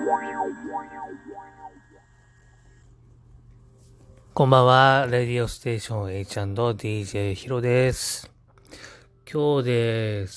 こんばんは、レディオステーション H&DJ ヒロです。今日で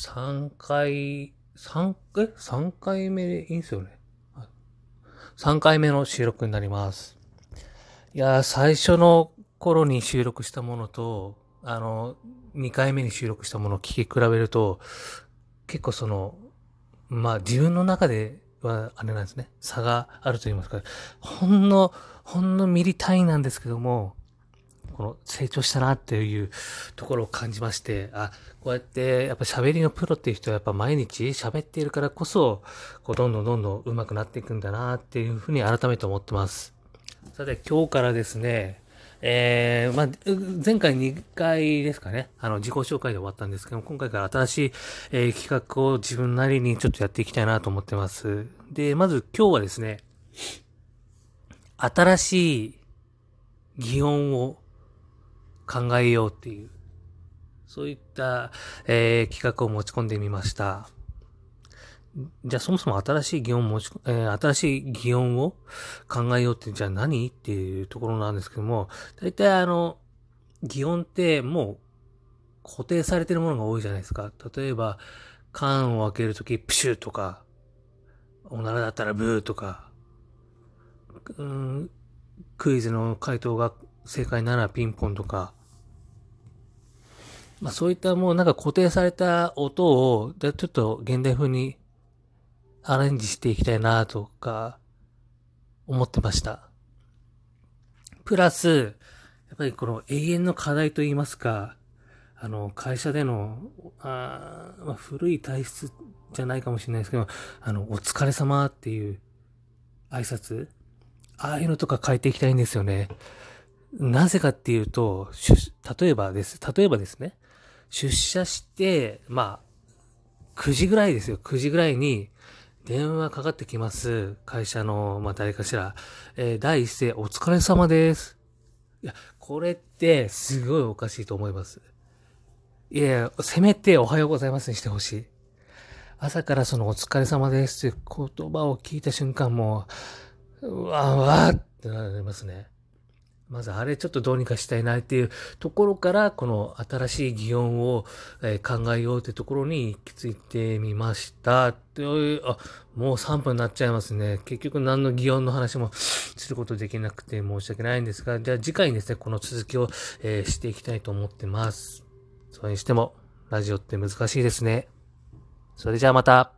3回目でいいんすよね。3回目の収録になります。いやー、最初の頃に収録したものと、2回目に収録したものを聞き比べると、結構自分の中では、あれなんですね、差があると言いますか、ほんのミリ単位なんですけども、この成長したなっていうところを感じまして、こうやってやっぱ喋りのプロっていう人はやっぱ毎日喋っているからこそ、どんどんどんどん上手くなっていくんだなっていうふうに改めて思ってます。さて今日からですね、前回2回ですかね、自己紹介で終わったんですけども、今回から新しい、企画を自分なりにちょっとやっていきたいなと思ってます。で、まず今日はですね、新しい擬音を考えようっていう、そういった、企画を持ち込んでみました。じゃあそもそも新しい擬音を考えようってじゃあ何っていうところなんですけども、大体擬音ってもう固定されてるものが多いじゃないですか。例えば、缶を開けるときプシューとか、おならだったらブーとか、うん、クイズの回答が正解ならピンポンとか、そういったもうなんか固定された音を、ちょっと現代風にアレンジしていきたいなとか思ってました。プラス、やっぱりこの永遠の課題といいますか、会社での、古い体質じゃないかもしれないですけど、お疲れ様っていう挨拶、ああいうのとか変えていきたいんですよね。なぜかっていうと、例えばですね、出社して、9時ぐらいですよ。9時ぐらいに電話かかってきます。会社の、誰かしら。第一声、お疲れ様です。いや、これってすごいおかしいと思います。いやいや、せめておはようございますにしてほしい。朝からそのお疲れ様ですっていう言葉を聞いた瞬間もうわーわーってなりますね。まずあれちょっとどうにかしたいなっていうところから、この新しい擬音を、考えようってところに行き着いてみました。もう3分になっちゃいますね。結局何の擬音の話もすることできなくて申し訳ないんですが、じゃあ次回にですね、この続きを、していきたいと思ってます。それにしても、ラジオって難しいですね。それじゃあまた。